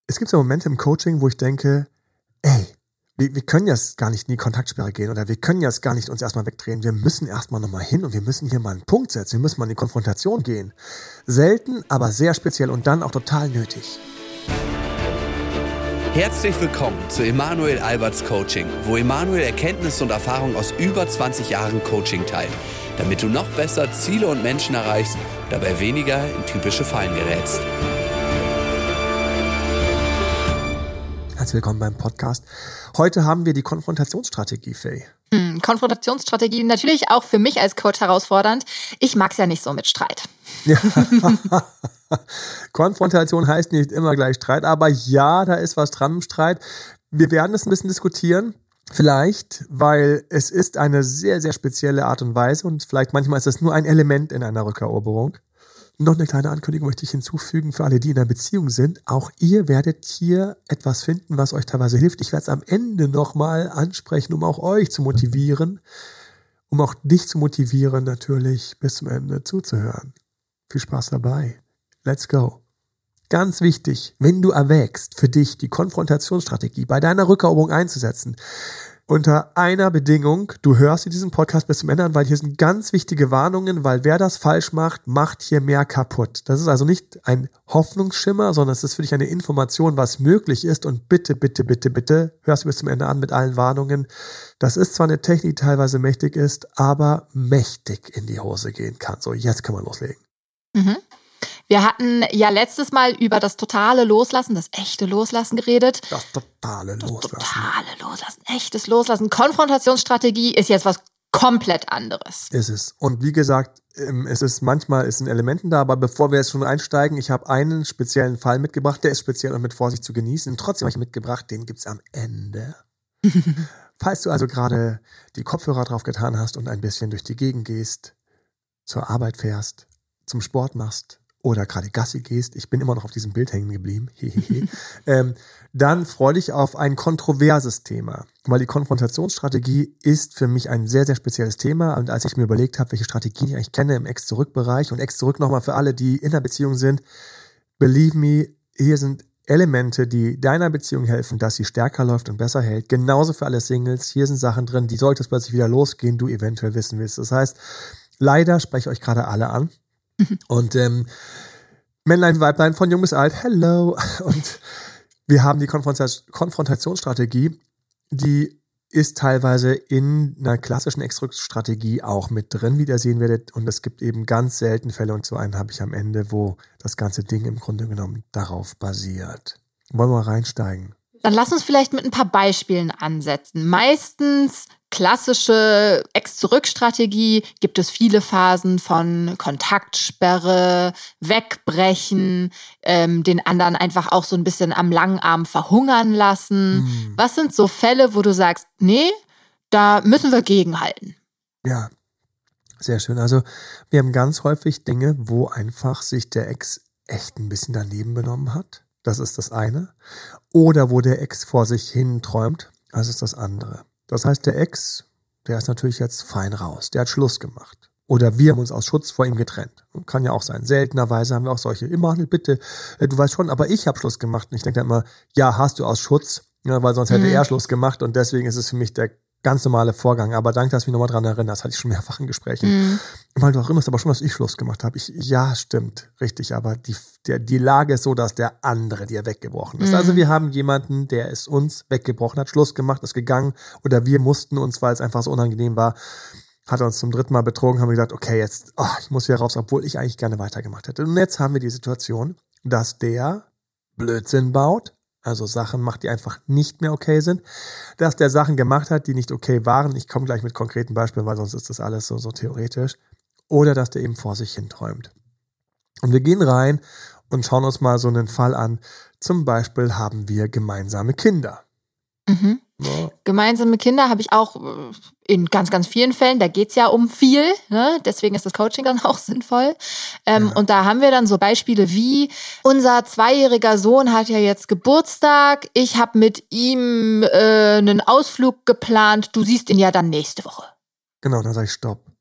Es gibt so Momente im Coaching, wo ich denke, ey, wir können jetzt gar nicht in die Kontaktsperre gehen oder wir können jetzt gar nicht uns erstmal wegdrehen. Wir müssen erstmal nochmal hin und wir müssen hier mal einen Punkt setzen. Wir müssen mal in die Konfrontation gehen. Selten, aber sehr speziell und dann auch total nötig. Herzlich willkommen zu Emanuel Alberts Coaching, wo Emanuel Erkenntnisse und Erfahrung aus über 20 Jahren Coaching teilt, damit du noch besser Ziele und Menschen erreichst, dabei weniger in typische Fallen gerätst. Herzlich willkommen beim Podcast. Heute haben wir die Konfrontationsstrategie, Faye. Konfrontationsstrategie natürlich auch für mich als Coach herausfordernd. Ich mag es ja nicht so mit Streit. Ja. Konfrontation heißt nicht immer gleich Streit, aber ja, da ist was dran im Streit. Wir werden es ein bisschen diskutieren. Vielleicht, weil es ist eine sehr, sehr spezielle Art und Weise und vielleicht manchmal ist es nur ein Element in einer Rückeroberung. Noch eine kleine Ankündigung möchte ich hinzufügen für alle, die in einer Beziehung sind. Auch ihr werdet hier etwas finden, was euch teilweise hilft. Ich werde es am Ende nochmal ansprechen, um auch euch zu motivieren, um auch dich zu motivieren, natürlich bis zum Ende zuzuhören. Viel Spaß dabei. Let's go. Ganz wichtig, wenn du erwägst, für dich die Konfrontationsstrategie bei deiner Rückeroberung einzusetzen, unter einer Bedingung, du hörst dir diesen Podcast bis zum Ende an, weil hier sind ganz wichtige Warnungen, weil wer das falsch macht, macht hier mehr kaputt. Das ist also nicht ein Hoffnungsschimmer, sondern es ist für dich eine Information, was möglich ist und bitte, bitte, bitte, bitte, hörst du bis zum Ende an mit allen Warnungen. Das ist zwar eine Technik, die teilweise mächtig ist, aber mächtig in die Hose gehen kann. So, jetzt kann man loslegen. Wir hatten ja letztes Mal über das totale Loslassen, das echte Loslassen geredet. Das totale Loslassen. Echtes Loslassen. Konfrontationsstrategie ist jetzt was komplett anderes. Ist es. Und wie gesagt, manchmal sind Elementen da, aber bevor wir jetzt schon einsteigen, ich habe einen speziellen Fall mitgebracht, der ist speziell und mit Vorsicht zu genießen. Und trotzdem habe ich mitgebracht, den gibt's am Ende. Falls du also gerade die Kopfhörer drauf getan hast und ein bisschen durch die Gegend gehst, zur Arbeit fährst, zum Sport machst, oder gerade Gassi gehst, ich bin immer noch auf diesem Bild hängen geblieben, dann freu dich auf ein kontroverses Thema, weil die Konfrontationsstrategie ist für mich ein sehr, sehr spezielles Thema und als ich mir überlegt habe, welche Strategien ich eigentlich kenne im Ex-Zurück-Bereich und Ex-Zurück nochmal für alle, die in der Beziehung sind, believe me, hier sind Elemente, die deiner Beziehung helfen, dass sie stärker läuft und besser hält, genauso für alle Singles, hier sind Sachen drin, die sollte es plötzlich wieder losgehen, du eventuell wissen willst. Das heißt, leider spreche ich euch gerade alle an. Und Männlein, Weiblein, von jung bis alt, hello. Und wir haben die Konfrontationsstrategie, die ist teilweise in einer klassischen Ex-Zurück-Strategie auch mit drin, wie ihr sehen werdet. Und es gibt eben ganz selten Fälle, und so einen habe ich am Ende, wo das ganze Ding im Grunde genommen darauf basiert. Wollen wir mal reinsteigen? Dann lass uns vielleicht mit ein paar Beispielen ansetzen. Meistens klassische Ex-Zurück-Strategie gibt es viele Phasen von Kontaktsperre, Wegbrechen, den anderen einfach auch so ein bisschen am langen Arm verhungern lassen. Was sind so Fälle, wo du sagst, nee, da müssen wir gegenhalten? Ja, sehr schön. Also wir haben ganz häufig Dinge, wo einfach sich der Ex echt ein bisschen daneben benommen hat. Das ist das eine. Oder wo der Ex vor sich hin träumt. Das ist das andere. Das heißt, der Ex, der ist natürlich jetzt fein raus. Der hat Schluss gemacht. Oder wir haben uns aus Schutz vor ihm getrennt. Kann ja auch sein. Seltenerweise haben wir auch solche. Emanuel, bitte, du weißt schon, aber ich habe Schluss gemacht. Und ich denke dann immer, ja, hast du aus Schutz? Ja, weil sonst hätte er Schluss gemacht. Und deswegen ist es für mich der ganz normale Vorgang. Aber danke, dass du mich nochmal dran erinnerst. Das hatte ich schon mehrfach in Gesprächen. Weil du erinnerst aber schon, dass ich Schluss gemacht habe. Ja, stimmt. Richtig. Aber die Lage ist so, dass der andere dir weggebrochen ist. Also wir haben jemanden, der es uns weggebrochen hat, Schluss gemacht, ist gegangen. Oder wir mussten uns, weil es einfach so unangenehm war, hat er uns zum 3. Mal betrogen, haben wir gesagt, okay, jetzt, ich muss hier raus, obwohl ich eigentlich gerne weitergemacht hätte. Und jetzt haben wir die Situation, dass der Blödsinn baut, also Sachen macht, die einfach nicht mehr okay sind, dass der Sachen gemacht hat, die nicht okay waren. Ich komme gleich mit konkreten Beispielen, weil sonst ist das alles so theoretisch. Oder dass der eben vor sich hin träumt. Und wir gehen rein und schauen uns mal so einen Fall an. Zum Beispiel haben wir gemeinsame Kinder. Ja. Gemeinsame Kinder habe ich auch in ganz, ganz vielen Fällen. Da geht's ja um viel, ne? Deswegen ist das Coaching dann auch sinnvoll. Und da haben wir dann so Beispiele wie, unser 2-jähriger Sohn hat ja jetzt Geburtstag. Ich habe mit ihm einen Ausflug geplant. Du siehst ihn ja dann nächste Woche. Genau, dann sage ich Stopp.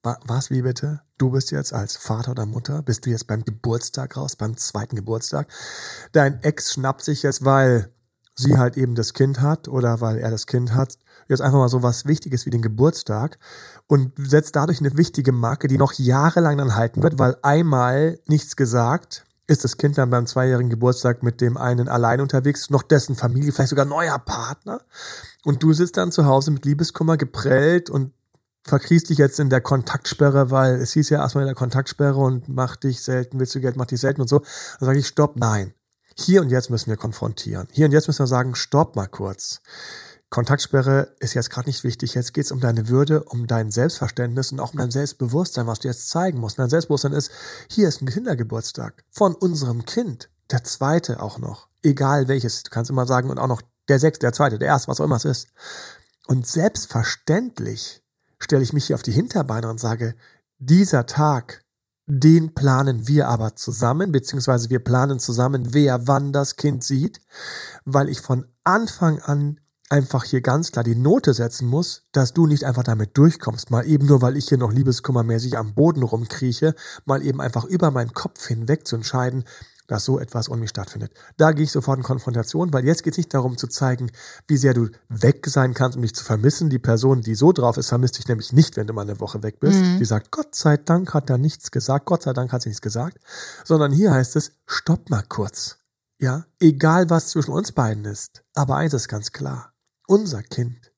Was, wie bitte? Du bist jetzt als Vater oder Mutter, bist du jetzt beim Geburtstag raus, beim zweiten Geburtstag. Dein Ex schnappt sich jetzt, weil sie halt eben das Kind hat oder weil er das Kind hat, jetzt einfach mal so was Wichtiges wie den Geburtstag und setzt dadurch eine wichtige Marke, die noch jahrelang dann halten wird, weil einmal nichts gesagt, ist das Kind dann beim 2-jährigen Geburtstag mit dem einen allein unterwegs, noch dessen Familie, vielleicht sogar neuer Partner. Und du sitzt dann zu Hause mit Liebeskummer geprellt und verkriechst dich jetzt in der Kontaktsperre, weil es hieß ja erstmal in der Kontaktsperre und mach dich selten, willst du Geld, mach dich selten und so. Dann sage ich, stopp, nein. Hier und jetzt müssen wir konfrontieren. Hier und jetzt müssen wir sagen, stopp mal kurz. Kontaktsperre ist jetzt gerade nicht wichtig. Jetzt geht es um deine Würde, um dein Selbstverständnis und auch um dein Selbstbewusstsein, was du jetzt zeigen musst. Und dein Selbstbewusstsein ist, hier ist ein Kindergeburtstag von unserem Kind. Der zweite auch noch. Egal welches. Du kannst immer sagen, und auch noch der 6., der 2., der 1., was auch immer es ist. Und selbstverständlich stelle ich mich hier auf die Hinterbeine und sage, dieser Tag, den planen wir aber zusammen, beziehungsweise wir planen zusammen, wer wann das Kind sieht, weil ich von Anfang an einfach hier ganz klar die Note setzen muss, dass du nicht einfach damit durchkommst, mal eben nur, weil ich hier noch liebeskummermäßig am Boden rumkrieche, mal eben einfach über meinen Kopf hinweg zu entscheiden, dass so etwas ohne mich stattfindet. Da gehe ich sofort in Konfrontation, weil jetzt geht es nicht darum zu zeigen, wie sehr du weg sein kannst, um dich zu vermissen. Die Person, die so drauf ist, vermisst dich nämlich nicht, wenn du mal eine Woche weg bist. Die sagt, Gott sei Dank hat er nichts gesagt, Gott sei Dank hat sie nichts gesagt. Sondern hier heißt es, stopp mal kurz. Ja, egal was zwischen uns beiden ist. Aber eins ist ganz klar. Unser Kind,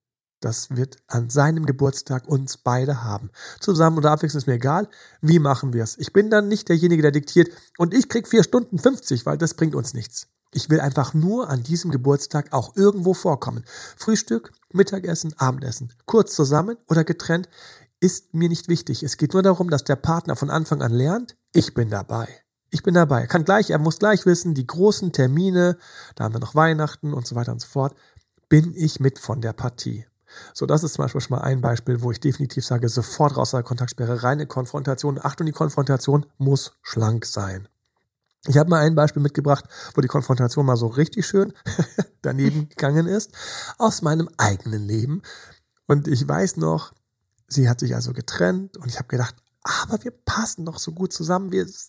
das wird an seinem Geburtstag uns beide haben. Zusammen oder abwechselnd ist mir egal. Wie machen wir es? Ich bin dann nicht derjenige, der diktiert und ich krieg 4 Stunden 50, weil das bringt uns nichts. Ich will einfach nur an diesem Geburtstag auch irgendwo vorkommen. Frühstück, Mittagessen, Abendessen. Kurz zusammen oder getrennt ist mir nicht wichtig. Es geht nur darum, dass der Partner von Anfang an lernt, ich bin dabei. Ich bin dabei. Er muss gleich wissen, die großen Termine, da haben wir noch Weihnachten und so weiter und so fort, bin ich mit von der Partie. So, das ist zum Beispiel schon mal ein Beispiel, wo ich definitiv sage, sofort raus aus der Kontaktsperre, reine Konfrontation. Achtung, die Konfrontation muss schlank sein. Ich habe mal ein Beispiel mitgebracht, wo die Konfrontation mal so richtig schön daneben gegangen ist, aus meinem eigenen Leben. Und ich weiß noch, sie hat sich also getrennt und ich habe gedacht, aber wir passen doch so gut zusammen.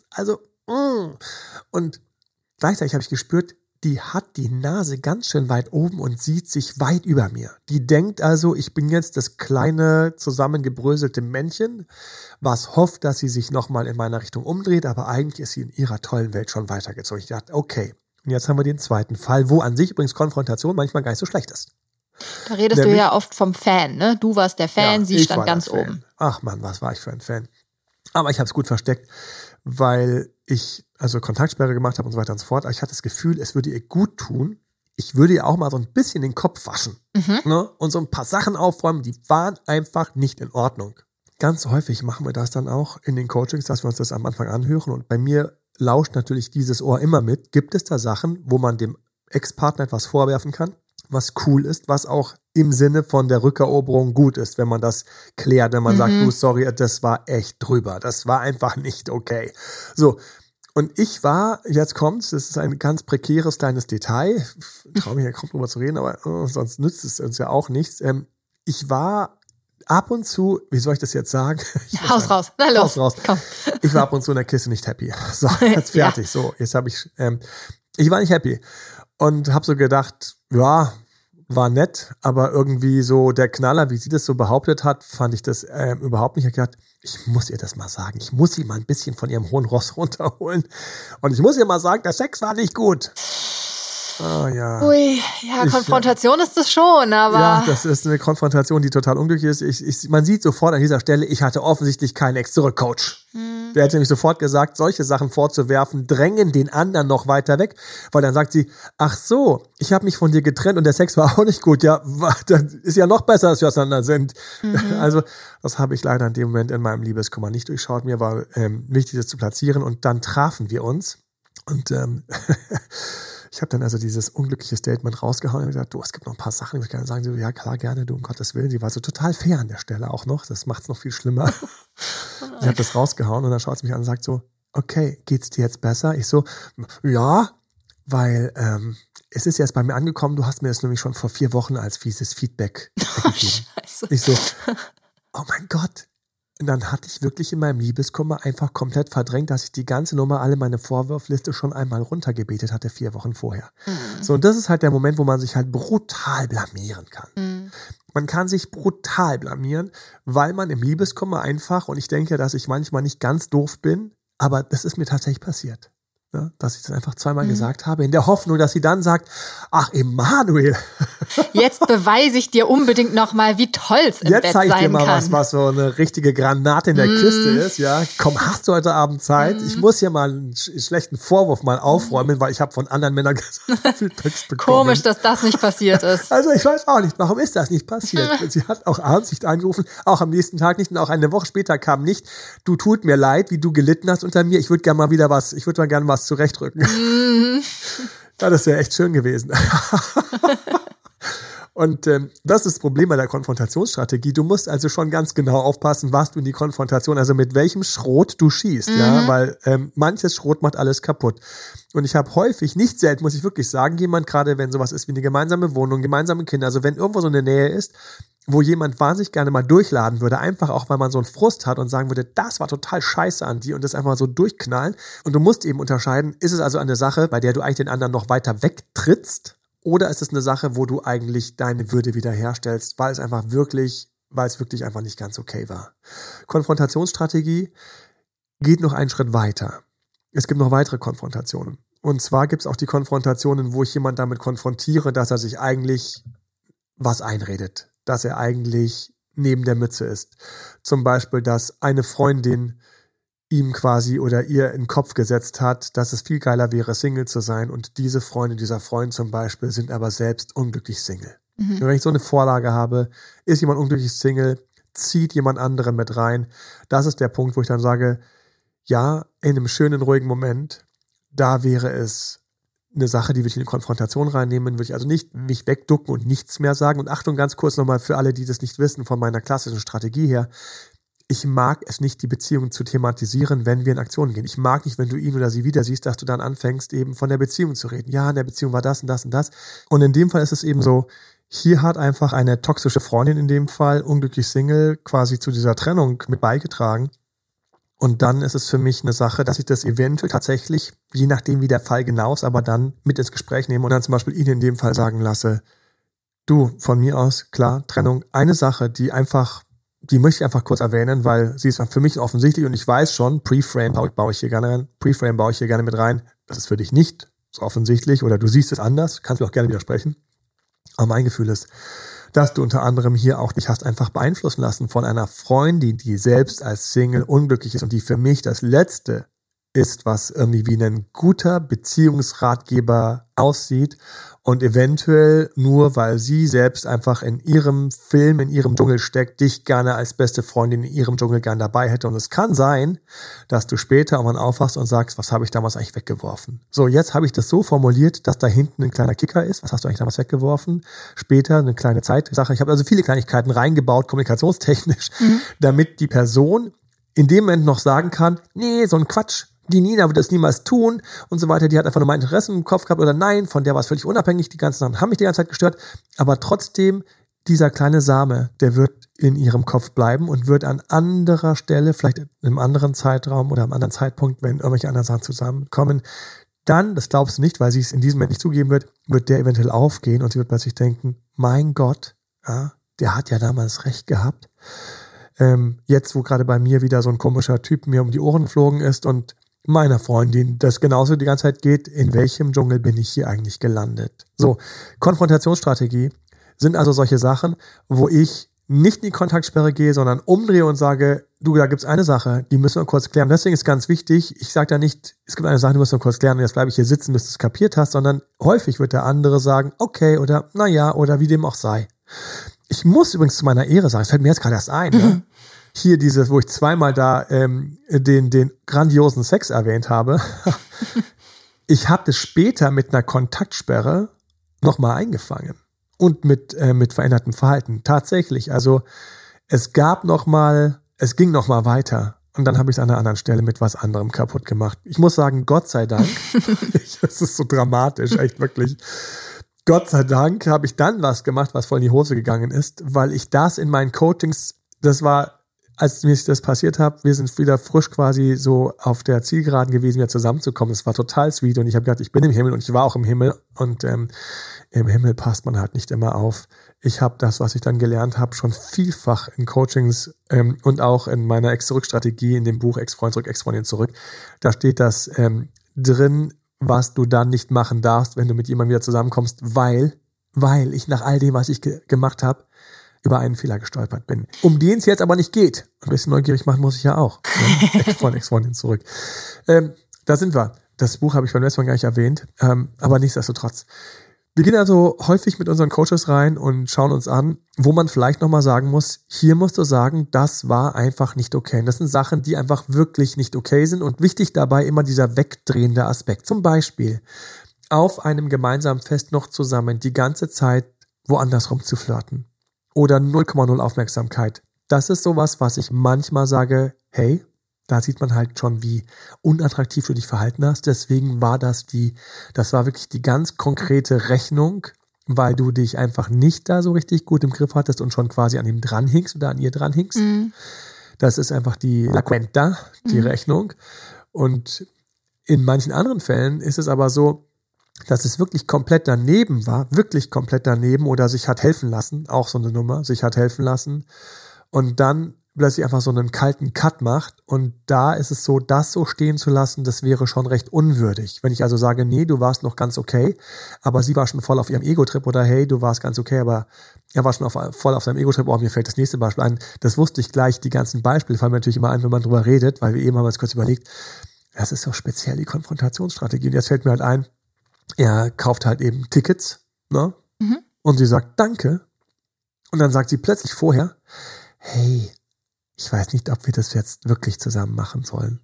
Und gleichzeitig habe ich gespürt, die hat die Nase ganz schön weit oben und sieht sich weit über mir. Die denkt also, ich bin jetzt das kleine, zusammengebröselte Männchen, was hofft, dass sie sich nochmal in meiner Richtung umdreht, aber eigentlich ist sie in ihrer tollen Welt schon weitergezogen. Ich dachte, okay, und jetzt haben wir den zweiten Fall, wo an sich übrigens Konfrontation manchmal gar nicht so schlecht ist. Da redest du ja oft vom Fan, ne? Du warst der Fan, ja, sie stand ganz oben. Ach Mann, was war ich für ein Fan. Aber ich habe es gut versteckt, weil ich also Kontaktsperre gemacht habe und so weiter und so fort. Aber ich hatte das Gefühl, es würde ihr gut tun. Ich würde ihr auch mal so ein bisschen den Kopf waschen, ne? Und so ein paar Sachen aufräumen, die waren einfach nicht in Ordnung. Ganz häufig machen wir das dann auch in den Coachings, dass wir uns das am Anfang anhören. Und bei mir lauscht natürlich dieses Ohr immer mit. Gibt es da Sachen, wo man dem Ex-Partner etwas vorwerfen kann, was cool ist, was auch im Sinne von der Rückeroberung gut ist, wenn man das klärt, wenn man sagt, du, sorry, das war echt drüber, das war einfach nicht okay. So, und ich war, jetzt kommt's, das ist ein ganz prekäres kleines Detail, ich traue mich ja kaum drüber zu reden, aber sonst nützt es uns ja auch nichts. Ich war ab und zu, wie soll ich das jetzt sagen? Haus raus, na los, Haus raus. Komm. Ich war ab und zu in der Kiste nicht happy. So, jetzt fertig, ja. So, jetzt habe ich war nicht happy und habe so gedacht, ja, war nett, aber irgendwie so der Knaller, wie sie das so behauptet hat, fand ich das überhaupt nicht. Ich habe gedacht, ich muss ihr das mal sagen. Ich muss sie mal ein bisschen von ihrem hohen Ross runterholen. Und ich muss ihr mal sagen, der Sex war nicht gut. Oh, ja. Ui, ja, Konfrontation ist das schon, aber... Ja, das ist eine Konfrontation, die total unglücklich ist. Man sieht sofort an dieser Stelle, ich hatte offensichtlich keinen Ex-Zurück-Coach. Der hätte nämlich sofort gesagt, solche Sachen vorzuwerfen, drängen den anderen noch weiter weg. Weil dann sagt sie, ach so, ich habe mich von dir getrennt und der Sex war auch nicht gut. Ja, das ist ja noch besser, dass wir auseinander sind. Also das habe ich leider in dem Moment in meinem Liebeskummer nicht durchschaut. Mir war wichtig, das zu platzieren. Und dann trafen wir uns. Und ich habe dann also dieses unglückliche Statement rausgehauen und gesagt, du, es gibt noch ein paar Sachen, die ich gerne sagen. So, ja, klar, gerne, du, um Gottes Willen. Sie war so total fair an der Stelle auch noch. Das macht es noch viel schlimmer. Ich habe das rausgehauen und dann schaut sie mich an und sagt so, okay, geht's dir jetzt besser? Ich so, ja, weil es ist jetzt bei mir angekommen, du hast mir das nämlich schon vor 4 Wochen als fieses Feedback gegeben. Scheiße. Ich so, oh mein Gott, Und dann hatte ich wirklich in meinem Liebeskummer einfach komplett verdrängt, dass ich die ganze Nummer, alle meine Vorwurfliste schon einmal runtergebetet hatte, 4 Wochen vorher. So, und das ist halt der Moment, wo man sich halt brutal blamieren kann. Man kann sich brutal blamieren, weil man im Liebeskummer einfach, und ich denke, dass ich manchmal nicht ganz doof bin, aber das ist mir tatsächlich passiert. Ja, dass ich das einfach zweimal gesagt habe, in der Hoffnung, dass sie dann sagt, ach, Emanuel. Jetzt beweise ich dir unbedingt nochmal, wie toll es im Bett sein kann. Jetzt zeige ich dir mal was so eine richtige Granate in der Kiste ist. Ja, komm, hast du heute Abend Zeit? Ich muss hier mal einen schlechten Vorwurf mal aufräumen, weil ich habe von anderen Männern Feedbacks bekommen. Komisch, dass das nicht passiert ist. Also ich weiß auch nicht, warum ist das nicht passiert? Sie hat auch abends nicht angerufen, auch am nächsten Tag nicht und auch eine Woche später kam nicht, du tut mir leid, wie du gelitten hast unter mir, ich würde gerne mal was zurechtrücken. Ja, das wäre echt schön gewesen. Und das ist das Problem bei der Konfrontationsstrategie. Du musst also schon ganz genau aufpassen, was du in die Konfrontation, also mit welchem Schrot du schießt, ja, weil manches Schrot macht alles kaputt. Und ich habe häufig, nicht selten, muss ich wirklich sagen, jemand, gerade wenn sowas ist wie eine gemeinsame Wohnung, gemeinsame Kinder, also wenn irgendwo so eine Nähe ist, wo jemand wahnsinnig gerne mal durchladen würde, einfach auch, weil man so einen Frust hat und sagen würde, das war total scheiße an dir und das einfach mal so durchknallen. Und du musst eben unterscheiden, ist es also eine Sache, bei der du eigentlich den anderen noch weiter wegtrittst, oder ist es eine Sache, wo du eigentlich deine Würde wiederherstellst, weil es wirklich einfach nicht ganz okay war. Konfrontationsstrategie geht noch einen Schritt weiter. Es gibt noch weitere Konfrontationen. Und zwar gibt es auch die Konfrontationen, wo ich jemanden damit konfrontiere, dass er sich eigentlich was einredet, dass er eigentlich neben der Mütze ist. Zum Beispiel, dass eine Freundin ihm quasi oder ihr in den Kopf gesetzt hat, dass es viel geiler wäre, Single zu sein, und diese Freundin, dieser Freund zum Beispiel, sind aber selbst unglücklich Single. Und wenn ich so eine Vorlage habe, ist jemand unglücklich Single, zieht jemand anderen mit rein, das ist der Punkt, wo ich dann sage, ja, in einem schönen, ruhigen Moment, da wäre es eine Sache, die würde ich in die Konfrontation reinnehmen, würde ich also nicht mich wegducken und nichts mehr sagen. Und Achtung, ganz kurz nochmal für alle, die das nicht wissen, von meiner klassischen Strategie her, ich mag es nicht, die Beziehung zu thematisieren, wenn wir in Aktionen gehen. Ich mag nicht, wenn du ihn oder sie wieder siehst, dass du dann anfängst, eben von der Beziehung zu reden. Ja, in der Beziehung war das und das und das. Und in dem Fall ist es eben so, hier hat einfach eine toxische Freundin in dem Fall, unglücklich Single, quasi zu dieser Trennung mit beigetragen. Und dann ist es für mich eine Sache, dass ich das eventuell tatsächlich, je nachdem wie der Fall genau ist, aber dann mit ins Gespräch nehme und dann zum Beispiel ihn in dem Fall sagen lasse, du, von mir aus, klar, Trennung, eine Sache, die möchte ich einfach kurz erwähnen, weil sie ist für mich offensichtlich und ich weiß schon, Pre-Frame baue ich hier gerne mit rein, das ist für dich nicht so offensichtlich oder du siehst es anders, kannst mir auch gerne widersprechen. Aber mein Gefühl ist, dass du unter anderem hier auch dich hast einfach beeinflussen lassen von einer Freundin, die selbst als Single unglücklich ist und die für mich das Letzte ist, was irgendwie wie ein guter Beziehungsratgeber aussieht und eventuell nur, weil sie selbst einfach in ihrem Film, in ihrem Dschungel steckt, dich gerne als beste Freundin in ihrem Dschungel gern dabei hätte. Und es kann sein, dass du später irgendwann aufwachst und sagst, was habe ich damals eigentlich weggeworfen? So, jetzt habe ich das so formuliert, dass da hinten ein kleiner Kicker ist. Was hast du eigentlich damals weggeworfen? Später eine kleine Zeitsache. Ich habe also viele Kleinigkeiten reingebaut, kommunikationstechnisch, damit die Person in dem Moment noch sagen kann, nee, so ein Quatsch. Die Nina würde das niemals tun und so weiter. Die hat einfach nur mein Interesse im Kopf gehabt oder nein, von der war es völlig unabhängig. Die ganzen Sachen haben mich die ganze Zeit gestört. Aber trotzdem, dieser kleine Same, der wird in ihrem Kopf bleiben und wird an anderer Stelle, vielleicht in einem anderen Zeitraum oder einem anderen Zeitpunkt, wenn irgendwelche anderen Sachen zusammenkommen, dann, das glaubst du nicht, weil sie es in diesem Moment nicht zugeben wird der eventuell aufgehen und sie wird plötzlich denken, mein Gott, ja, der hat ja damals recht gehabt. Jetzt, wo gerade bei mir wieder so ein komischer Typ mir um die Ohren geflogen ist und meiner Freundin das genauso die ganze Zeit geht, in welchem Dschungel bin ich hier eigentlich gelandet? So, Konfrontationsstrategie sind also solche Sachen, wo ich nicht in die Kontaktsperre gehe, sondern umdrehe und sage, du, da gibt's eine Sache, die müssen wir kurz klären. Deswegen ist ganz wichtig, ich sage da nicht, es gibt eine Sache, die müssen wir kurz klären und jetzt bleibe ich hier sitzen, bis du es kapiert hast, sondern häufig wird der andere sagen, okay oder naja oder wie dem auch sei. Ich muss übrigens zu meiner Ehre sagen, es fällt mir jetzt gerade erst ein, ne? Hier dieses, wo ich zweimal da den grandiosen Sex erwähnt habe. Ich habe das später mit einer Kontaktsperre nochmal eingefangen. Und mit verändertem Verhalten. Tatsächlich. Also es ging nochmal weiter. Und dann habe ich es an einer anderen Stelle mit was anderem kaputt gemacht. Ich muss sagen, Gott sei Dank, das ist so dramatisch, echt wirklich. Gott sei Dank habe ich dann was gemacht, was voll in die Hose gegangen ist, weil ich das in meinen Coachings, das war als mir das passiert habe, wir sind wieder frisch quasi so auf der Zielgeraden gewesen, wieder zusammenzukommen. Es war total sweet und ich habe gedacht, ich bin im Himmel und ich war auch im Himmel und im Himmel passt man halt nicht immer auf. Ich habe das, was ich dann gelernt habe, schon vielfach in Coachings und auch in meiner Ex-Zurück-Strategie, in dem Buch Ex-Freund zurück, Ex-Freundin zurück. Da steht das drin, was du dann nicht machen darfst, wenn du mit jemandem wieder zusammenkommst, weil ich nach all dem, was ich gemacht habe, über einen Fehler gestolpert bin. Um den es jetzt aber nicht geht. Ein bisschen neugierig machen muss ich ja auch. Ne? Ex-Freund, Ex-Freundin zurück. Da sind wir. Das Buch habe ich beim letzten Mal gar nicht erwähnt, aber nichtsdestotrotz. Wir gehen also häufig mit unseren Coaches rein und schauen uns an, wo man vielleicht nochmal sagen muss, hier musst du sagen, das war einfach nicht okay. Und das sind Sachen, die einfach wirklich nicht okay sind und wichtig dabei immer dieser wegdrehende Aspekt. Zum Beispiel auf einem gemeinsamen Fest noch zusammen die ganze Zeit woanders rum zu flirten. Oder 0,0 Aufmerksamkeit. Das ist sowas, was ich manchmal sage, hey, da sieht man halt schon, wie unattraktiv du dich verhalten hast. Deswegen war das war wirklich die ganz konkrete Rechnung, weil du dich einfach nicht da so richtig gut im Griff hattest und schon quasi an ihm dranhingst oder an ihr dranhingst. Mhm. Das ist einfach die La Cuenta, die Rechnung. Und in manchen anderen Fällen ist es aber so, dass es wirklich komplett daneben war, oder sich hat helfen lassen, auch so eine Nummer, sich hat helfen lassen und dann plötzlich einfach so einen kalten Cut macht und da ist es so, das so stehen zu lassen, das wäre schon recht unwürdig. Wenn ich also sage, nee, du warst noch ganz okay, aber sie war schon voll auf ihrem Ego-Trip oder hey, du warst ganz okay, aber er war schon voll auf seinem Ego-Trip, mir fällt das nächste Beispiel ein, das wusste ich gleich, die ganzen Beispiele fallen mir natürlich immer ein, wenn man drüber redet, weil wir eben haben uns kurz überlegt, das ist doch speziell die Konfrontationsstrategie und jetzt fällt mir halt ein, er kauft halt eben Tickets, ne? Mhm. Und sie sagt, danke. Und dann sagt sie plötzlich vorher, hey, ich weiß nicht, ob wir das jetzt wirklich zusammen machen sollen.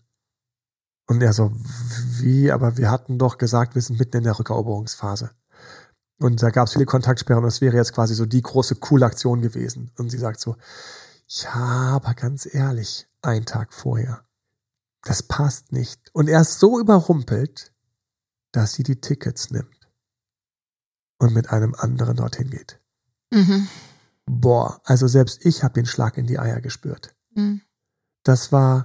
Und er so, wie? Aber wir hatten doch gesagt, wir sind mitten in der Rückeroberungsphase. Und da gab es viele Kontaktsperren und es wäre jetzt quasi so die große coole Aktion gewesen. Und sie sagt so, ja, aber ganz ehrlich, einen Tag vorher, das passt nicht. Und er ist so überrumpelt, dass sie die Tickets nimmt und mit einem anderen dorthin geht. Mhm. Boah, also selbst ich habe den Schlag in die Eier gespürt. Mhm. Das war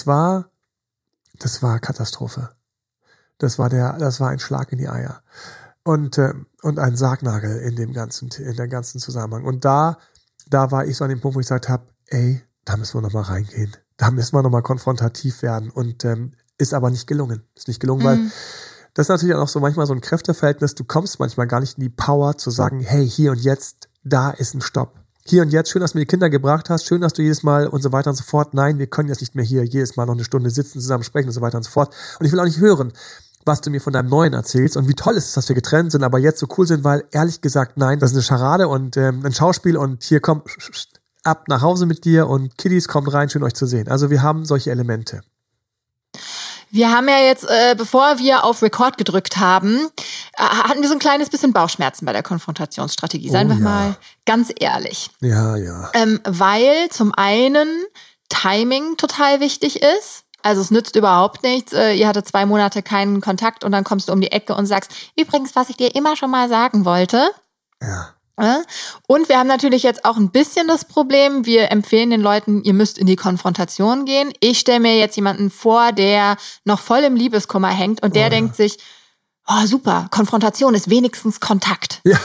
Katastrophe. Das war ein Schlag in die Eier. Und ein Sargnagel in der ganzen Zusammenhang. Und da war ich so an dem Punkt, wo ich gesagt habe, ey, da müssen wir nochmal reingehen. Da müssen wir nochmal konfrontativ werden. Und ist aber nicht gelungen. Weil das ist natürlich auch so manchmal so ein Kräfteverhältnis. Du kommst manchmal gar nicht in die Power zu sagen, hey, hier und jetzt, da ist ein Stopp. Hier und jetzt, schön, dass du mir die Kinder gebracht hast, schön, dass du jedes Mal und so weiter und so fort. Nein, wir können jetzt nicht mehr hier jedes Mal noch eine Stunde sitzen, zusammen sprechen und so weiter und so fort. Und ich will auch nicht hören, was du mir von deinem Neuen erzählst und wie toll ist es, dass wir getrennt sind, aber jetzt so cool sind, weil ehrlich gesagt, nein, das ist eine Scharade und ein Schauspiel und hier komm, ab nach Hause mit dir und Kiddies, kommt rein, schön euch zu sehen. Also wir haben solche Elemente. Wir haben ja jetzt, bevor wir auf Record gedrückt haben, hatten wir so ein kleines bisschen Bauchschmerzen bei der Konfrontationsstrategie. Seien wir mal ganz ehrlich. Ja, ja. Weil zum einen Timing total wichtig ist. Also es nützt überhaupt nichts. Ihr hattet 2 Monate keinen Kontakt und dann kommst du um die Ecke und sagst, übrigens, was ich dir immer schon mal sagen wollte. Ja. Und wir haben natürlich jetzt auch ein bisschen das Problem, wir empfehlen den Leuten, ihr müsst in die Konfrontation gehen. Ich stelle mir jetzt jemanden vor, der noch voll im Liebeskummer hängt und der denkt sich, oh super, Konfrontation ist wenigstens Kontakt. Ja.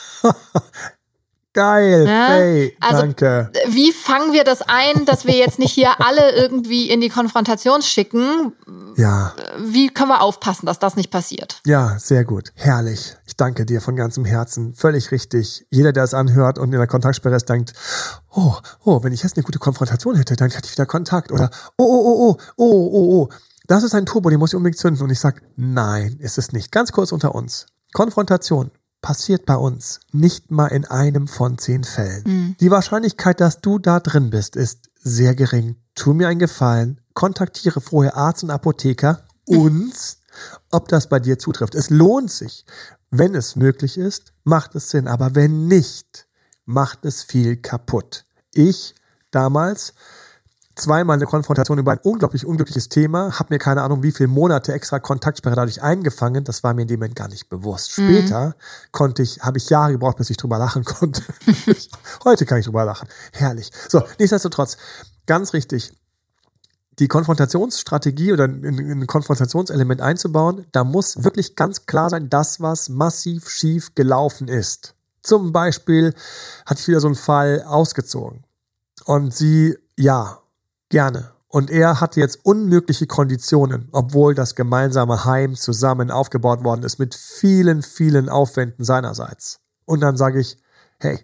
Geil, hey, also, danke. Wie fangen wir das ein, dass wir jetzt nicht hier alle irgendwie in die Konfrontation schicken? Ja. Wie können wir aufpassen, dass das nicht passiert? Ja, sehr gut. Herrlich. Ich danke dir von ganzem Herzen. Völlig richtig. Jeder, der es anhört und in der Kontaktsperre ist, denkt, oh, wenn ich jetzt eine gute Konfrontation hätte, dann hätte ich wieder Kontakt. Oder, oh. Das ist ein Turbo, den muss ich unbedingt zünden. Und ich sage, nein, ist es nicht. Ganz kurz unter uns. Konfrontation passiert bei uns nicht mal in einem von 10 Fällen. Mhm. Die Wahrscheinlichkeit, dass du da drin bist, ist sehr gering. Tu mir einen Gefallen, kontaktiere vorher Arzt und Apotheker und ob das bei dir zutrifft. Es lohnt sich. Wenn es möglich ist, macht es Sinn. Aber wenn nicht, macht es viel kaputt. Ich damals 2-mal eine Konfrontation über ein unglaublich unglückliches Thema, habe mir keine Ahnung wie viele Monate extra Kontaktsperre dadurch eingefangen, das war mir in dem Moment gar nicht bewusst. Später habe ich Jahre gebraucht, bis ich drüber lachen konnte. Heute kann ich drüber lachen. Herrlich. So, nichtsdestotrotz, ganz richtig, die Konfrontationsstrategie oder ein Konfrontationselement einzubauen, da muss wirklich ganz klar sein, das, was massiv schief gelaufen ist. Zum Beispiel hatte ich wieder so einen Fall ausgezogen. Und sie, ja, gerne. Und er hatte jetzt unmögliche Konditionen, obwohl das gemeinsame Heim zusammen aufgebaut worden ist mit vielen, vielen Aufwänden seinerseits. Und dann sage ich, hey,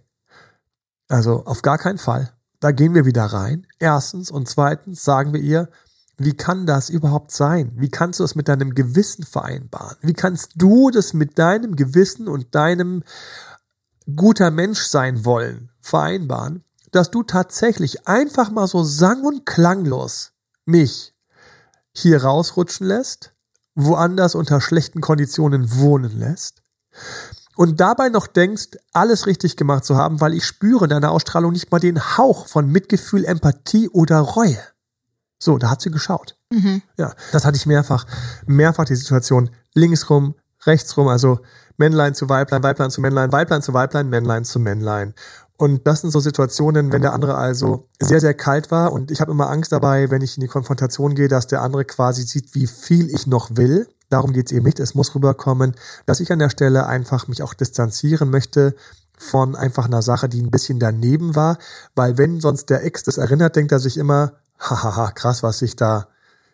also auf gar keinen Fall. Da gehen wir wieder rein. Erstens und zweitens sagen wir ihr, wie kann das überhaupt sein? Wie kannst du das mit deinem Gewissen vereinbaren? Wie kannst du das mit deinem Gewissen und deinem guter Mensch sein wollen vereinbaren, dass du tatsächlich einfach mal so sang- und klanglos mich hier rausrutschen lässt, woanders unter schlechten Konditionen wohnen lässt und dabei noch denkst, alles richtig gemacht zu haben, weil ich spüre in deiner Ausstrahlung nicht mal den Hauch von Mitgefühl, Empathie oder Reue. So, da hat sie geschaut. Ja, das hatte ich mehrfach die Situation linksrum, rechtsrum, also Männlein zu Weiblein, Weiblein zu Männlein, Weiblein zu Weiblein, Männlein zu Männlein. Und das sind so Situationen, wenn der andere also sehr, sehr kalt war und ich habe immer Angst dabei, wenn ich in die Konfrontation gehe, dass der andere quasi sieht, wie viel ich noch will. Darum geht es eben nicht. Es muss rüberkommen, dass ich an der Stelle einfach mich auch distanzieren möchte von einfach einer Sache, die ein bisschen daneben war, weil wenn sonst der Ex das erinnert, denkt er sich immer, hahaha, krass, was ich da,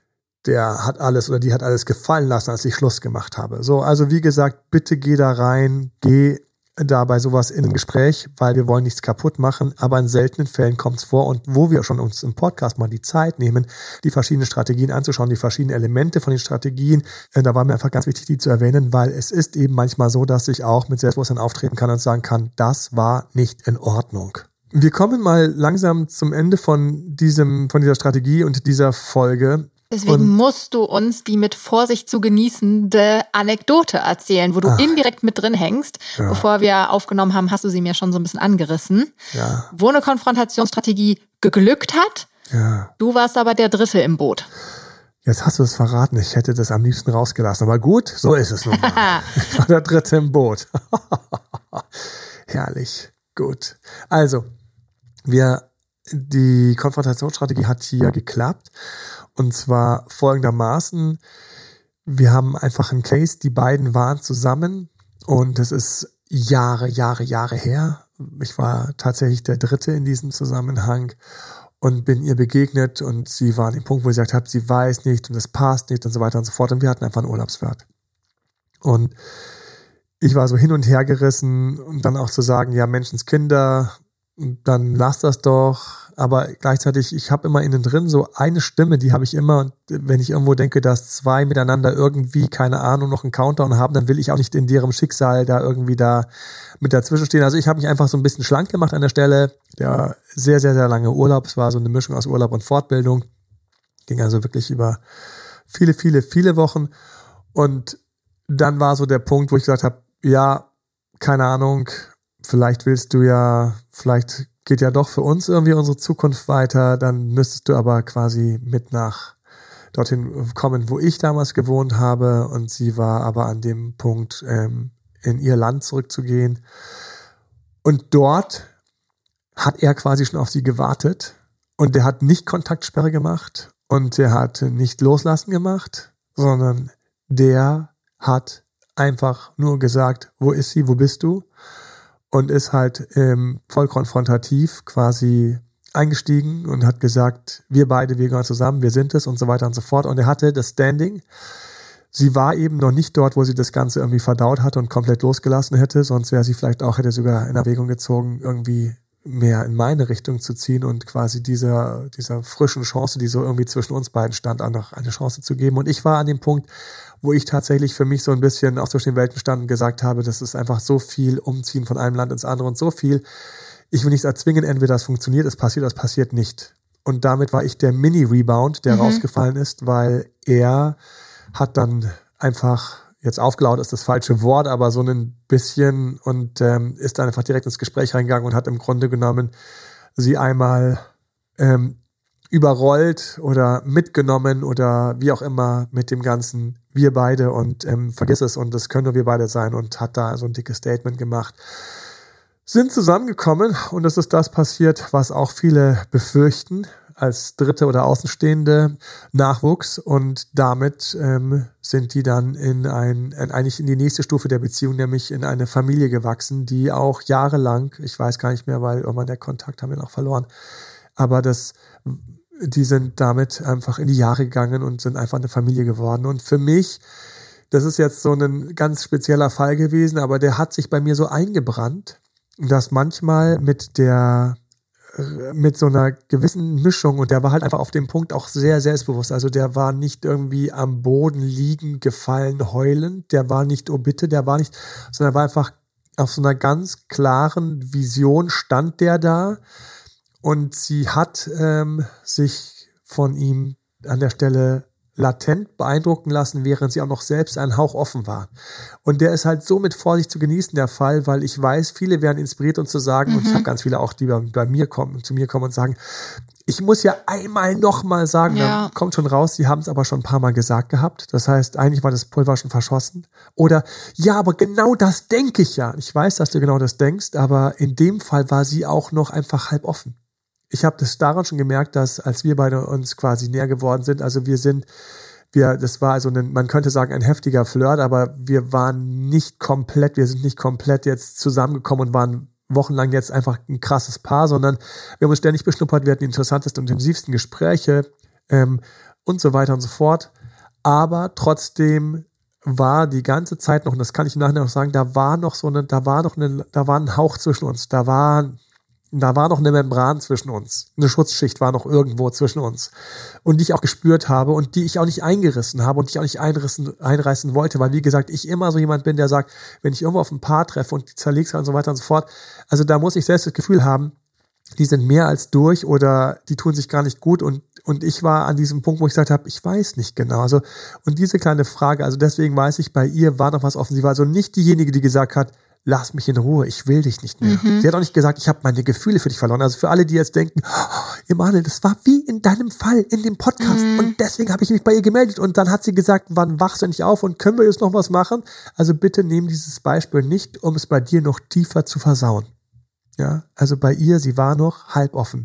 der hat alles oder die hat alles gefallen lassen, als ich Schluss gemacht habe. So, also wie gesagt, bitte geh da rein, geh da bei sowas in ein Gespräch, weil wir wollen nichts kaputt machen, aber in seltenen Fällen kommt es vor und wo wir schon uns im Podcast mal die Zeit nehmen, die verschiedenen Strategien anzuschauen, die verschiedenen Elemente von den Strategien, da war mir einfach ganz wichtig, die zu erwähnen, weil es ist eben manchmal so, dass ich auch mit Selbstbewusstsein auftreten kann und sagen kann, das war nicht in Ordnung. Wir kommen mal langsam zum Ende von dieser Strategie und dieser Folge. Deswegen musst du uns die mit Vorsicht zu genießende Anekdote erzählen, wo du indirekt mit drin hängst. Ja. Bevor wir aufgenommen haben, hast du sie mir schon so ein bisschen angerissen. Ja. Wo eine Konfrontationsstrategie geglückt hat. Ja. Du warst aber der Dritte im Boot. Jetzt hast du es verraten. Ich hätte das am liebsten rausgelassen. Aber gut, so ist es nun mal. Ich war der Dritte im Boot. Herrlich. Gut. Also, die Konfrontationsstrategie hat hier geklappt. Und zwar folgendermaßen, wir haben einfach einen Case, die beiden waren zusammen und das ist Jahre her. Ich war tatsächlich der Dritte in diesem Zusammenhang und bin ihr begegnet und sie war an dem Punkt, wo sie gesagt hat, sie weiß nicht und es passt nicht und so weiter und so fort und wir hatten einfach einen Urlaubswirt. Und ich war so hin und her gerissen und dann auch zu sagen, ja, Menschenskinder, dann lass das doch. Aber gleichzeitig, ich habe immer innen drin so eine Stimme, die habe ich immer, wenn ich irgendwo denke, dass zwei miteinander irgendwie, keine Ahnung, noch einen Countdown haben, dann will ich auch nicht in deren Schicksal da irgendwie da mit dazwischen stehen. Also ich habe mich einfach so ein bisschen schlank gemacht an der Stelle. Der sehr, sehr, sehr lange Urlaub, es war so eine Mischung aus Urlaub und Fortbildung. Ging also wirklich über viele, viele, viele Wochen. Und dann war so der Punkt, wo ich gesagt habe, ja, keine Ahnung, vielleicht vielleicht geht ja doch für uns irgendwie unsere Zukunft weiter, dann müsstest du aber quasi mit nach dorthin kommen, wo ich damals gewohnt habe und sie war aber an dem Punkt, in ihr Land zurückzugehen. Und dort hat er quasi schon auf sie gewartet und der hat nicht Kontaktsperre gemacht und der hat nicht Loslassen gemacht, sondern der hat einfach nur gesagt, wo ist sie, wo bist du? Und ist halt voll konfrontativ quasi eingestiegen und hat gesagt, wir gehören zusammen, wir sind es und so weiter und so fort. Und er hatte das Standing. Sie war eben noch nicht dort, wo sie das Ganze irgendwie verdaut hatte und komplett losgelassen hätte. Sonst wäre sie vielleicht auch, hätte sogar in Erwägung gezogen, irgendwie mehr in meine Richtung zu ziehen und quasi dieser frischen Chance, die so irgendwie zwischen uns beiden stand, auch noch eine Chance zu geben. Und ich war an dem Punkt, wo ich tatsächlich für mich so ein bisschen auch zwischen den Welten stand und gesagt habe, das ist einfach so viel Umziehen von einem Land ins andere und so viel. Ich will nichts erzwingen, entweder das funktioniert, es passiert, das passiert nicht. Und damit war ich der Mini-Rebound, der rausgefallen ist, weil er hat dann einfach, jetzt aufgelaut ist das falsche Wort, aber so ein bisschen und ist dann einfach direkt ins Gespräch reingegangen und hat im Grunde genommen sie einmal überrollt oder mitgenommen oder wie auch immer mit dem Ganzen, wir beide und vergiss es und das können nur wir beide sein und hat da so ein dickes Statement gemacht. Sind zusammengekommen und es ist das passiert, was auch viele befürchten. als Dritte oder Außenstehende Nachwuchs und damit sind die dann eigentlich in die nächste Stufe der Beziehung, nämlich in eine Familie gewachsen, die auch jahrelang, ich weiß gar nicht mehr, weil irgendwann der Kontakt haben wir noch verloren, aber die sind damit einfach in die Jahre gegangen und sind einfach eine Familie geworden. Und für mich, das ist jetzt so ein ganz spezieller Fall gewesen, aber der hat sich bei mir so eingebrannt, dass manchmal mit so einer gewissen Mischung, und der war halt einfach auf dem Punkt auch sehr selbstbewusst, also der war nicht irgendwie am Boden liegen, gefallen, heulend, der war nicht Obitte, sondern war einfach auf so einer ganz klaren Vision stand der da und sie hat sich von ihm an der Stelle latent beeindrucken lassen, während sie auch noch selbst ein Hauch offen war. Und der ist halt so mit Vorsicht zu genießen, der Fall, weil ich weiß, viele werden inspiriert, uns zu sagen, und ich habe ganz viele auch, die zu mir kommen und sagen, ich muss ja einmal nochmal sagen, dann kommt schon raus, sie haben es aber schon ein paar Mal gesagt gehabt. Das heißt, eigentlich war das Pulver schon verschossen. Oder, ja, aber genau das denke ich ja. Ich weiß, dass du genau das denkst, aber in dem Fall war sie auch noch einfach halb offen. Ich habe das daran schon gemerkt, dass als wir beide uns quasi näher geworden sind, also das war also man könnte sagen ein heftiger Flirt, aber wir sind nicht komplett jetzt zusammengekommen und waren wochenlang jetzt einfach ein krasses Paar, sondern wir haben uns ständig beschnuppert, wir hatten die interessantesten und intensivsten Gespräche und so weiter und so fort. Aber trotzdem war die ganze Zeit noch, und das kann ich im Nachhinein noch sagen, da war ein Hauch zwischen uns, da war noch eine Membran zwischen uns. Eine Schutzschicht war noch irgendwo zwischen uns. Und die ich auch gespürt habe und die ich auch nicht eingerissen habe und die ich auch nicht einreißen wollte. Weil, wie gesagt, ich immer so jemand bin, der sagt, wenn ich irgendwo auf ein Paar treffe und die zerlegst und so weiter und so fort, also da muss ich selbst das Gefühl haben, die sind mehr als durch oder die tun sich gar nicht gut. Und ich war an diesem Punkt, wo ich gesagt habe, ich weiß nicht genau. Also, und diese kleine Frage, also deswegen weiß ich, bei ihr war noch was offen. Sie war also nicht diejenige, die gesagt hat, lass mich in Ruhe, ich will dich nicht mehr. Sie hat auch nicht gesagt, ich habe meine Gefühle für dich verloren. Also für alle, die jetzt denken, oh, Emanuel, das war wie in deinem Fall, in dem Podcast. Und deswegen habe ich mich bei ihr gemeldet. Und dann hat sie gesagt, wann wachst du nicht auf und können wir jetzt noch was machen? Also bitte nimm dieses Beispiel nicht, um es bei dir noch tiefer zu versauen. Ja, also bei ihr, sie war noch halb offen.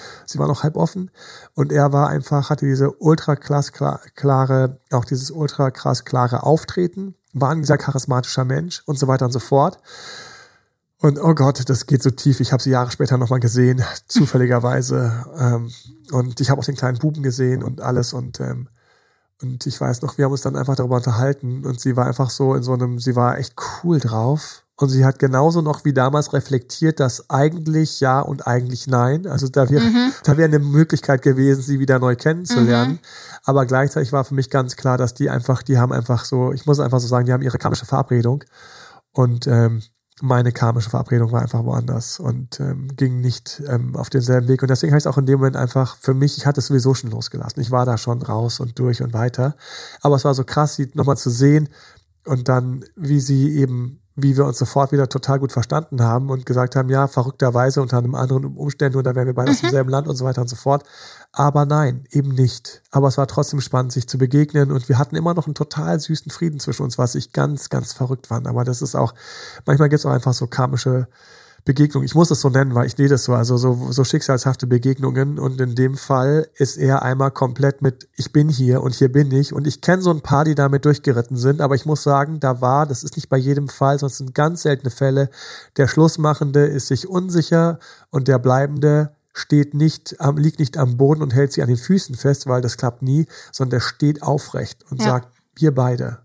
Und er war einfach, hatte diese ultra krass klare Auftreten, war ein sehr charismatischer Mensch und so weiter und so fort. Und oh Gott, das geht so tief. Ich habe sie Jahre später nochmal gesehen, zufälligerweise. Und ich habe auch den kleinen Buben gesehen und alles. Und ich weiß noch, wir haben uns dann einfach darüber unterhalten. Und sie war einfach so sie war echt cool drauf. Und sie hat genauso noch wie damals reflektiert, dass eigentlich ja und eigentlich nein. Also da wäre eine Möglichkeit gewesen, sie wieder neu kennenzulernen. Aber gleichzeitig war für mich ganz klar, dass die haben einfach so, ich muss einfach so sagen, die haben ihre karmische Verabredung. Und meine karmische Verabredung war einfach woanders und ging nicht auf denselben Weg. Und deswegen habe ich es auch in dem Moment einfach für mich, ich hatte es sowieso schon losgelassen. Ich war da schon raus und durch und weiter. Aber es war so krass, sie nochmal zu sehen und dann, wie wir uns sofort wieder total gut verstanden haben und gesagt haben, ja, verrückterweise unter einem anderen Umständen und da wären wir beide aus demselben Land und so weiter und so fort. Aber nein, eben nicht. Aber es war trotzdem spannend, sich zu begegnen und wir hatten immer noch einen total süßen Frieden zwischen uns, was ich ganz, ganz verrückt fand. Aber das ist auch, manchmal gibt es auch einfach so karmische Begegnungen. Ich muss es so nennen, weil ich sehe das so, also so schicksalshafte Begegnungen und in dem Fall ist er einmal komplett mit ich bin hier und hier bin ich und ich kenne so ein paar, die damit durchgeritten sind, aber ich muss sagen, das ist nicht bei jedem Fall, sondern es sind ganz seltene Fälle. Der Schlussmachende ist sich unsicher und der Bleibende liegt nicht am Boden und hält sich an den Füßen fest, weil das klappt nie, sondern der steht aufrecht und sagt, wir beide.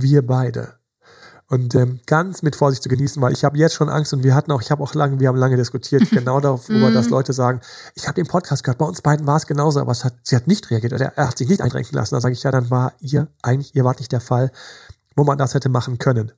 Und ganz mit Vorsicht zu genießen, weil ich habe jetzt schon Angst und wir haben lange diskutiert, genau darüber, dass Leute sagen, ich habe den Podcast gehört, bei uns beiden war es genauso, aber sie hat nicht reagiert, oder er hat sich nicht einrenken lassen. Dann sage ich, ja, dann war ihr wart nicht der Fall, wo man das hätte machen können.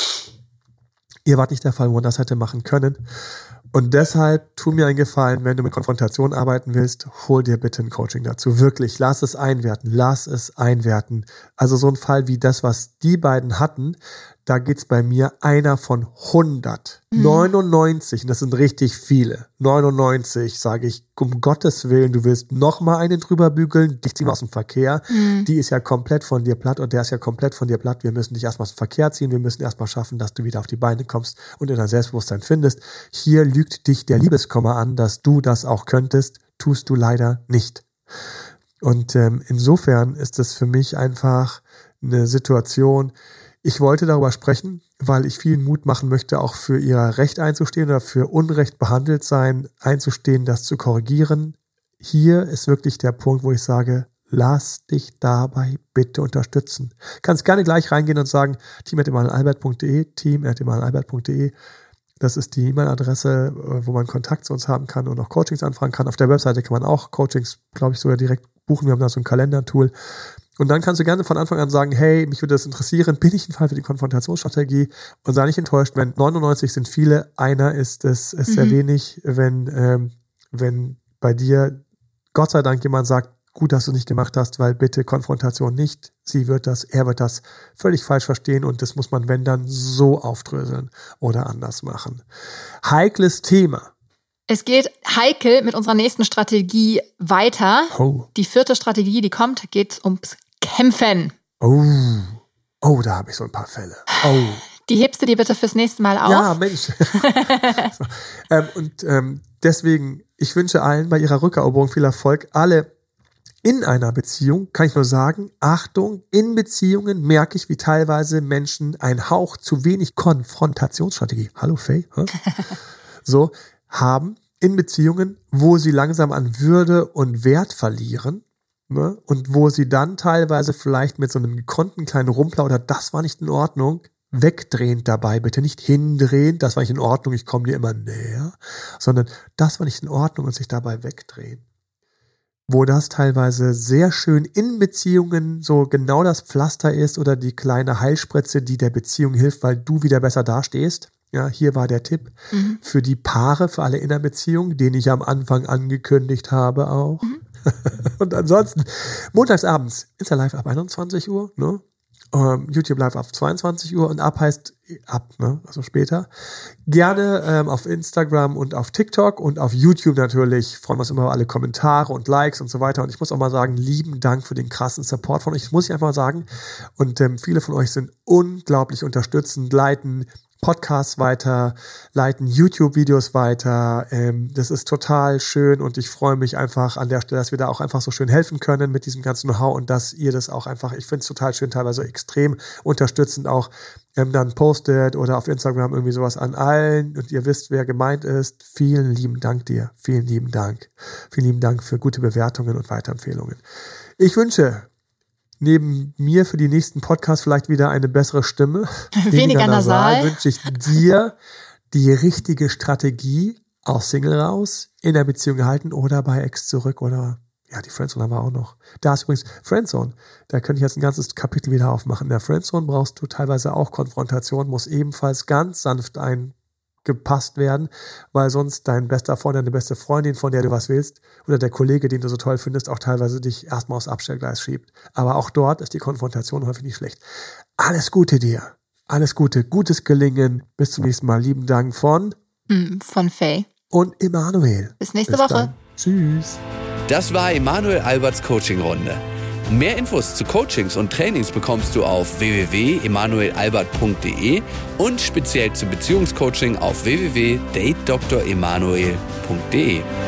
Und deshalb tu mir einen Gefallen, wenn du mit Konfrontation arbeiten willst, hol dir bitte ein Coaching dazu. Wirklich, lass es einwerten. Also so ein Fall wie das, was die beiden hatten, da geht's bei mir einer von 100. 99, und das sind richtig viele. 99, sage ich, um Gottes Willen, du willst noch mal einen drüber bügeln, dich ziehen aus dem Verkehr. Die ist ja komplett von dir platt und der ist ja komplett von dir platt. Wir müssen dich erstmal aus dem Verkehr ziehen, wir müssen erstmal schaffen, dass du wieder auf die Beine kommst und in dein Selbstbewusstsein findest. Hier lügt dich der Liebeskummer an, dass du das auch könntest. tust du leider nicht. Und insofern ist es für mich einfach eine Situation, ich wollte darüber sprechen, weil ich vielen Mut machen möchte, auch für ihr Recht einzustehen oder für Unrecht behandelt sein, einzustehen, das zu korrigieren. Hier ist wirklich der Punkt, wo ich sage, lass dich dabei bitte unterstützen. Kannst gerne gleich reingehen und sagen, team@emanuelalbert.de. Das ist die E-Mail-Adresse, wo man Kontakt zu uns haben kann und auch Coachings anfragen kann. Auf der Webseite kann man auch Coachings, glaube ich, sogar direkt buchen. Wir haben da so ein Kalendertool. Und dann kannst du gerne von Anfang an sagen, hey, mich würde das interessieren, bin ich ein Fall für die Konfrontationsstrategie? Und sei nicht enttäuscht, wenn 99 sind viele, einer ist sehr wenig, wenn bei dir Gott sei Dank jemand sagt, gut, dass du nicht gemacht hast, weil bitte Konfrontation nicht, er wird das völlig falsch verstehen und das muss man, wenn dann, so aufdröseln oder anders machen. Heikles Thema. Es geht heikel mit unserer nächsten Strategie weiter. Oh. Die 4. Strategie, die kommt, geht ums Kämpfen. Oh, da habe ich so ein paar Fälle. Oh. Die hebst du dir bitte fürs nächste Mal auf? Ja, Mensch. Deswegen, ich wünsche allen bei ihrer Rückeroberung viel Erfolg. Alle in einer Beziehung, kann ich nur sagen, Achtung, in Beziehungen merke ich, wie teilweise Menschen einen Hauch zu wenig Konfrontationsstrategie, hallo Faye, so, haben in Beziehungen, wo sie langsam an Würde und Wert verlieren, ne? Und wo sie dann teilweise vielleicht mit so einem gekonnten kleinen Rumpler oder das war nicht in Ordnung, wegdrehend dabei, bitte nicht hindrehen, das war nicht in Ordnung, ich komme dir immer näher, sondern das war nicht in Ordnung und sich dabei wegdrehen. Wo das teilweise sehr schön in Beziehungen so genau das Pflaster ist oder die kleine Heilspritze, die der Beziehung hilft, weil du wieder besser dastehst. Ja, hier war der Tipp für die Paare, für alle in der Beziehung, den ich am Anfang angekündigt habe auch. Und ansonsten, montags abends, Insta Live ab 21 Uhr, ne? YouTube Live ab 22 Uhr und ab heißt ab, ne? Also später. Gerne auf Instagram und auf TikTok und auf YouTube natürlich. Freuen wir uns immer über alle Kommentare und Likes und so weiter. Und ich muss auch mal sagen, lieben Dank für den krassen Support von euch. Das muss ich einfach mal sagen. Und viele von euch sind unglaublich unterstützend, leiten Podcasts weiter, leiten YouTube-Videos weiter. Das ist total schön und ich freue mich einfach an der Stelle, dass wir da auch einfach so schön helfen können mit diesem ganzen Know-how und dass ihr das auch einfach, ich finde es total schön, teilweise extrem unterstützend auch dann postet oder auf Instagram irgendwie sowas an allen und ihr wisst, wer gemeint ist. Vielen lieben Dank dir. Vielen lieben Dank. Vielen lieben Dank für gute Bewertungen und Weiterempfehlungen. Ich wünsche neben mir für die nächsten Podcasts vielleicht wieder eine bessere Stimme. Weniger nasal. Wünsche ich dir die richtige Strategie aus Single raus, in der Beziehung halten oder bei Ex zurück oder ja, die Friendzone haben wir auch noch. Da ist übrigens Friendzone. Da könnte ich jetzt ein ganzes Kapitel wieder aufmachen. In der Friendzone brauchst du teilweise auch Konfrontation, muss ebenfalls ganz sanft eingepasst werden, weil sonst dein bester Freund, deine beste Freundin, von der du was willst, oder der Kollege, den du so toll findest, auch teilweise dich erstmal aufs Abstellgleis schiebt. Aber auch dort ist die Konfrontation häufig nicht schlecht. Alles Gute dir. Alles Gute. Gutes Gelingen. Bis zum nächsten Mal. Lieben Dank von Faye und Emanuel. Bis nächste Woche. Dann. Tschüss. Das war Emanuel Alberts Coaching-Runde. Mehr Infos zu Coachings und Trainings bekommst du auf www.emanuelalbert.de und speziell zu Beziehungscoaching auf www.datedremanuel.de.